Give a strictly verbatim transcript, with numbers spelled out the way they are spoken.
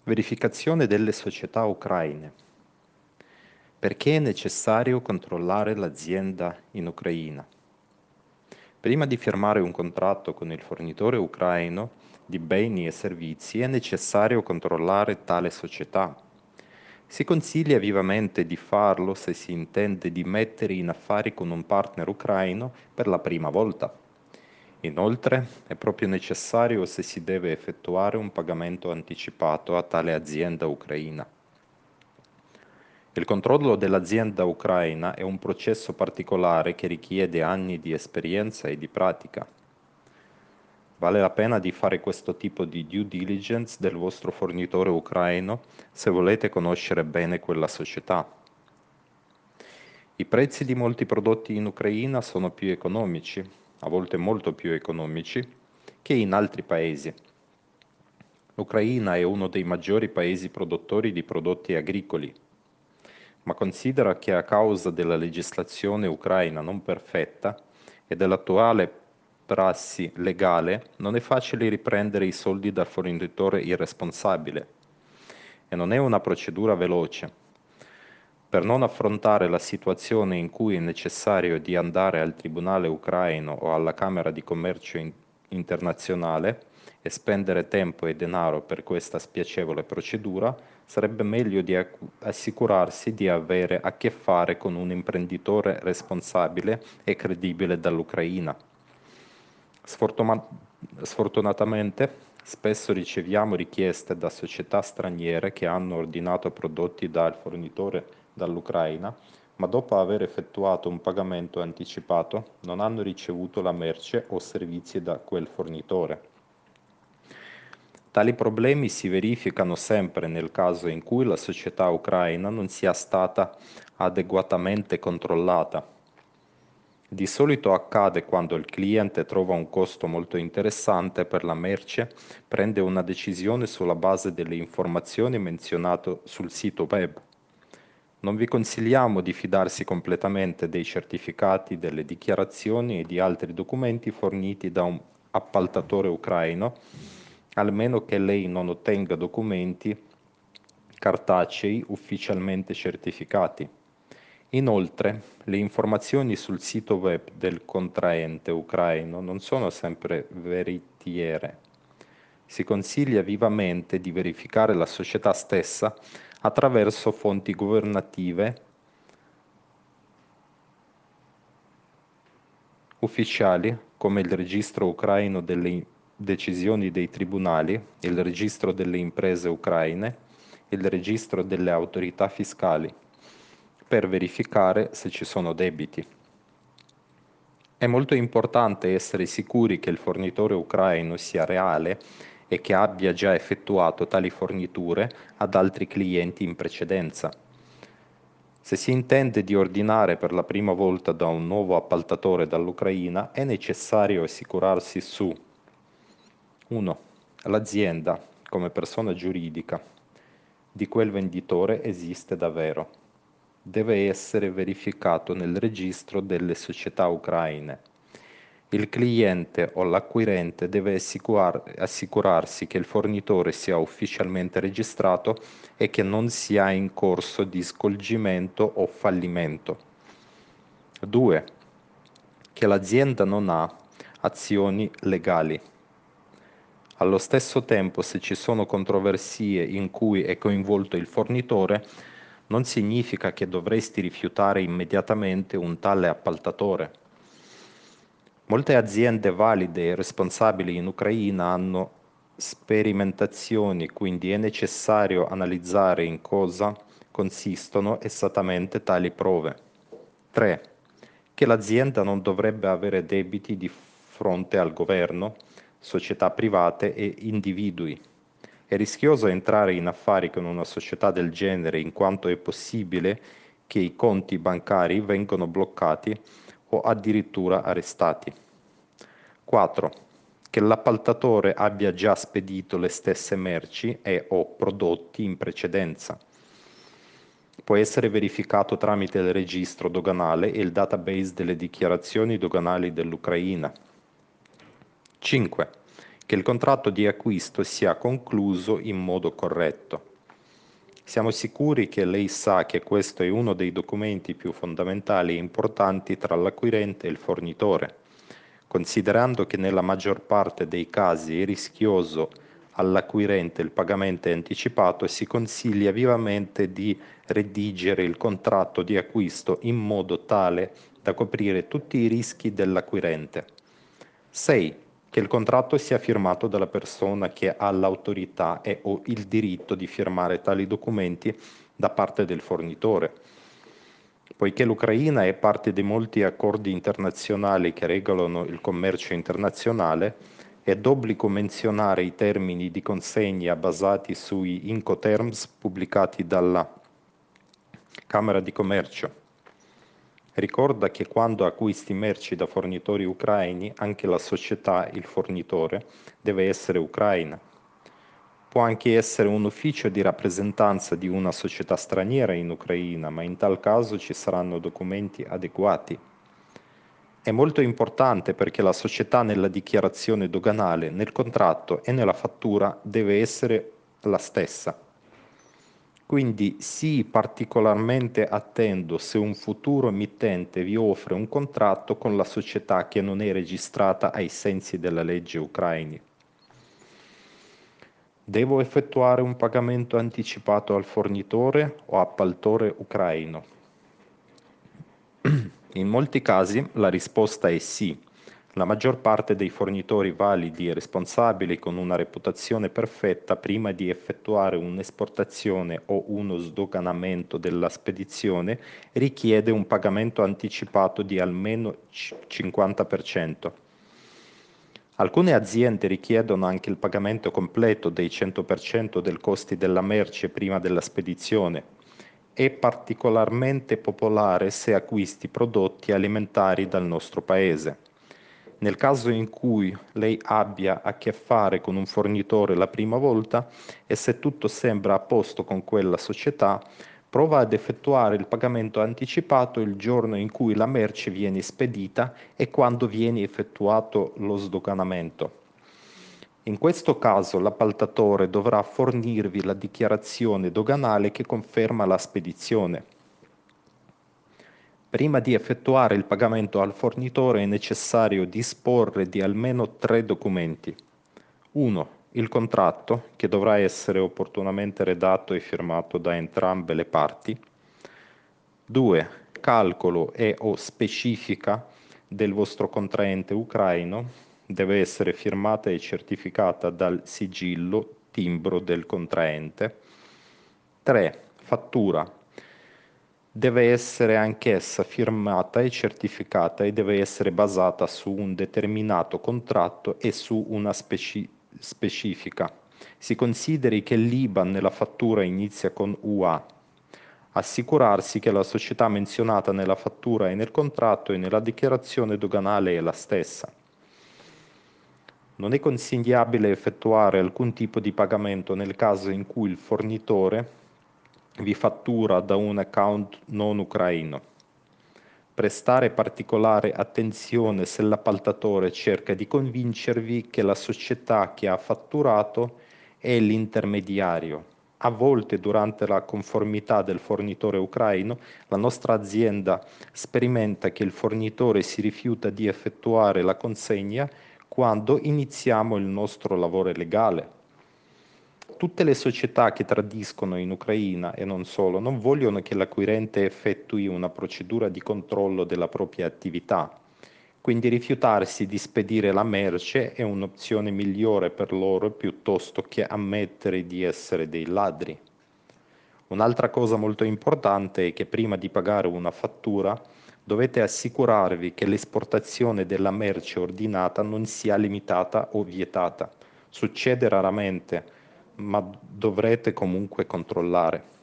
Verificazione delle società ucraine. Perché è necessario controllare l'azienda in Ucraina? Prima di firmare un contratto con il fornitore ucraino di beni e servizi è necessario controllare tale società. Si consiglia vivamente di farlo se si intende di mettere in affari con un partner ucraino per la prima volta. Inoltre, è proprio necessario se si deve effettuare un pagamento anticipato a tale azienda ucraina. Il controllo dell'azienda ucraina è un processo particolare che richiede anni di esperienza e di pratica. Vale la pena di fare questo tipo di due diligence del vostro fornitore ucraino se volete conoscere bene quella società. I prezzi di molti prodotti in Ucraina sono più economici, a volte molto più economici, che in altri paesi. L'Ucraina è uno dei maggiori paesi produttori di prodotti agricoli, ma considera che a causa della legislazione ucraina non perfetta e dell'attuale prassi legale non è facile riprendere i soldi dal fornitore irresponsabile e non è una procedura veloce. Per non affrontare la situazione in cui è necessario di andare al tribunale ucraino o alla Camera di Commercio in- internazionale e spendere tempo e denaro per questa spiacevole procedura, sarebbe meglio di ac- assicurarsi di avere a che fare con un imprenditore responsabile e credibile dall'Ucraina. Sfortuna- Sfortunatamente, spesso riceviamo richieste da società straniere che hanno ordinato prodotti dal fornitore dall'Ucraina, ma dopo aver effettuato un pagamento anticipato non hanno ricevuto la merce o servizi da quel fornitore. Tali problemi si verificano sempre nel caso in cui la società ucraina non sia stata adeguatamente controllata. Di solito accade quando il cliente trova un costo molto interessante per la merce, prende una decisione sulla base delle informazioni menzionate sul sito web. Non vi consigliamo di fidarsi completamente dei certificati, delle dichiarazioni e di altri documenti forniti da un appaltatore ucraino, almeno che lei non ottenga documenti cartacei ufficialmente certificati. Inoltre, le informazioni sul sito web del contraente ucraino non sono sempre veritiere. Si consiglia vivamente di verificare la società stessa attraverso fonti governative ufficiali come il registro ucraino delle decisioni dei tribunali, il registro delle imprese ucraine, il registro delle autorità fiscali, per verificare se ci sono debiti. È molto importante essere sicuri che il fornitore ucraino sia reale e che abbia già effettuato tali forniture ad altri clienti in precedenza. Se si intende di ordinare per la prima volta da un nuovo appaltatore dall'Ucraina, è necessario assicurarsi su uno. L'azienda, come persona giuridica, di quel venditore esiste davvero. Deve essere verificato nel registro delle società ucraine. Il cliente o l'acquirente deve assicurar- assicurarsi che il fornitore sia ufficialmente registrato e che non sia in corso di scolgimento o fallimento. due. Che l'azienda non ha azioni legali. Allo stesso tempo, se ci sono controversie in cui è coinvolto il fornitore, non significa che dovresti rifiutare immediatamente un tale appaltatore. Molte aziende valide e responsabili in Ucraina hanno sperimentazioni, quindi è necessario analizzare in cosa consistono esattamente tali prove. tre. Che l'azienda non dovrebbe avere debiti di fronte al governo, società private e individui. È rischioso entrare in affari con una società del genere in quanto è possibile che i conti bancari vengano bloccati o addirittura arrestati. quattro. Che l'appaltatore abbia già spedito le stesse merci e o prodotti in precedenza. Può essere verificato tramite il registro doganale e il database delle dichiarazioni doganali dell'Ucraina. cinque. che il contratto di acquisto sia concluso in modo corretto. Siamo sicuri che lei sa che questo è uno dei documenti più fondamentali e importanti tra l'acquirente e il fornitore, considerando che nella maggior parte dei casi è rischioso all'acquirente il pagamento anticipato, si consiglia vivamente di redigere il contratto di acquisto in modo tale da coprire tutti i rischi dell'acquirente. sei. Che il contratto sia firmato dalla persona che ha l'autorità e o il diritto di firmare tali documenti da parte del fornitore. Poiché l'Ucraina è parte di molti accordi internazionali che regolano il commercio internazionale, è d'obbligo menzionare i termini di consegna basati sui Incoterms pubblicati dalla Camera di Commercio. Ricorda che quando acquisti merci da fornitori ucraini, anche la società, il fornitore, deve essere ucraina. Può anche essere un ufficio di rappresentanza di una società straniera in Ucraina, ma in tal caso ci saranno documenti adeguati. È molto importante perché la società nella dichiarazione doganale, nel contratto e nella fattura deve essere la stessa. Quindi sii particolarmente attento se un futuro emittente vi offre un contratto con la società che non è registrata ai sensi della legge ucraini. Devo effettuare un pagamento anticipato al fornitore o appaltore ucraino? In molti casi la risposta è sì. La maggior parte dei fornitori validi e responsabili con una reputazione perfetta prima di effettuare un'esportazione o uno sdoganamento della spedizione richiede un pagamento anticipato di almeno cinquanta per cento. Alcune aziende richiedono anche il pagamento completo dei cento per cento del costi della merce prima della spedizione. È particolarmente popolare se acquisti prodotti alimentari dal nostro paese. Nel caso in cui lei abbia a che fare con un fornitore la prima volta e se tutto sembra a posto con quella società, prova ad effettuare il pagamento anticipato il giorno in cui la merce viene spedita e quando viene effettuato lo sdoganamento. In questo caso l'appaltatore dovrà fornirvi la dichiarazione doganale che conferma la spedizione. Prima di effettuare il pagamento al fornitore è necessario disporre di almeno tre documenti. uno. Il contratto, che dovrà essere opportunamente redatto e firmato da entrambe le parti. due. Calcolo e o specifica del vostro contraente ucraino, deve essere firmata e certificata dal sigillo timbro del contraente. tre. Fattura. Deve essere anch'essa firmata e certificata e deve essere basata su un determinato contratto e su una speci- specifica. Si consideri che l'I B A N nella fattura inizia con U A. Assicurarsi che la società menzionata nella fattura e nel contratto e nella dichiarazione doganale è la stessa. Non è consigliabile effettuare alcun tipo di pagamento nel caso in cui il fornitore vi fattura da un account non ucraino. Prestare particolare attenzione se l'appaltatore cerca di convincervi che la società che ha fatturato è l'intermediario. A volte, durante la conformità del fornitore ucraino, la nostra azienda sperimenta che il fornitore si rifiuta di effettuare la consegna quando iniziamo il nostro lavoro legale. Tutte le società che tradiscono in Ucraina e non solo non vogliono che l'acquirente effettui una procedura di controllo della propria attività, quindi rifiutarsi di spedire la merce è un'opzione migliore per loro piuttosto che ammettere di essere dei ladri. Un'altra cosa molto importante è che prima di pagare una fattura dovete assicurarvi che l'esportazione della merce ordinata non sia limitata o vietata. Succede raramente, ma dovrete comunque controllare.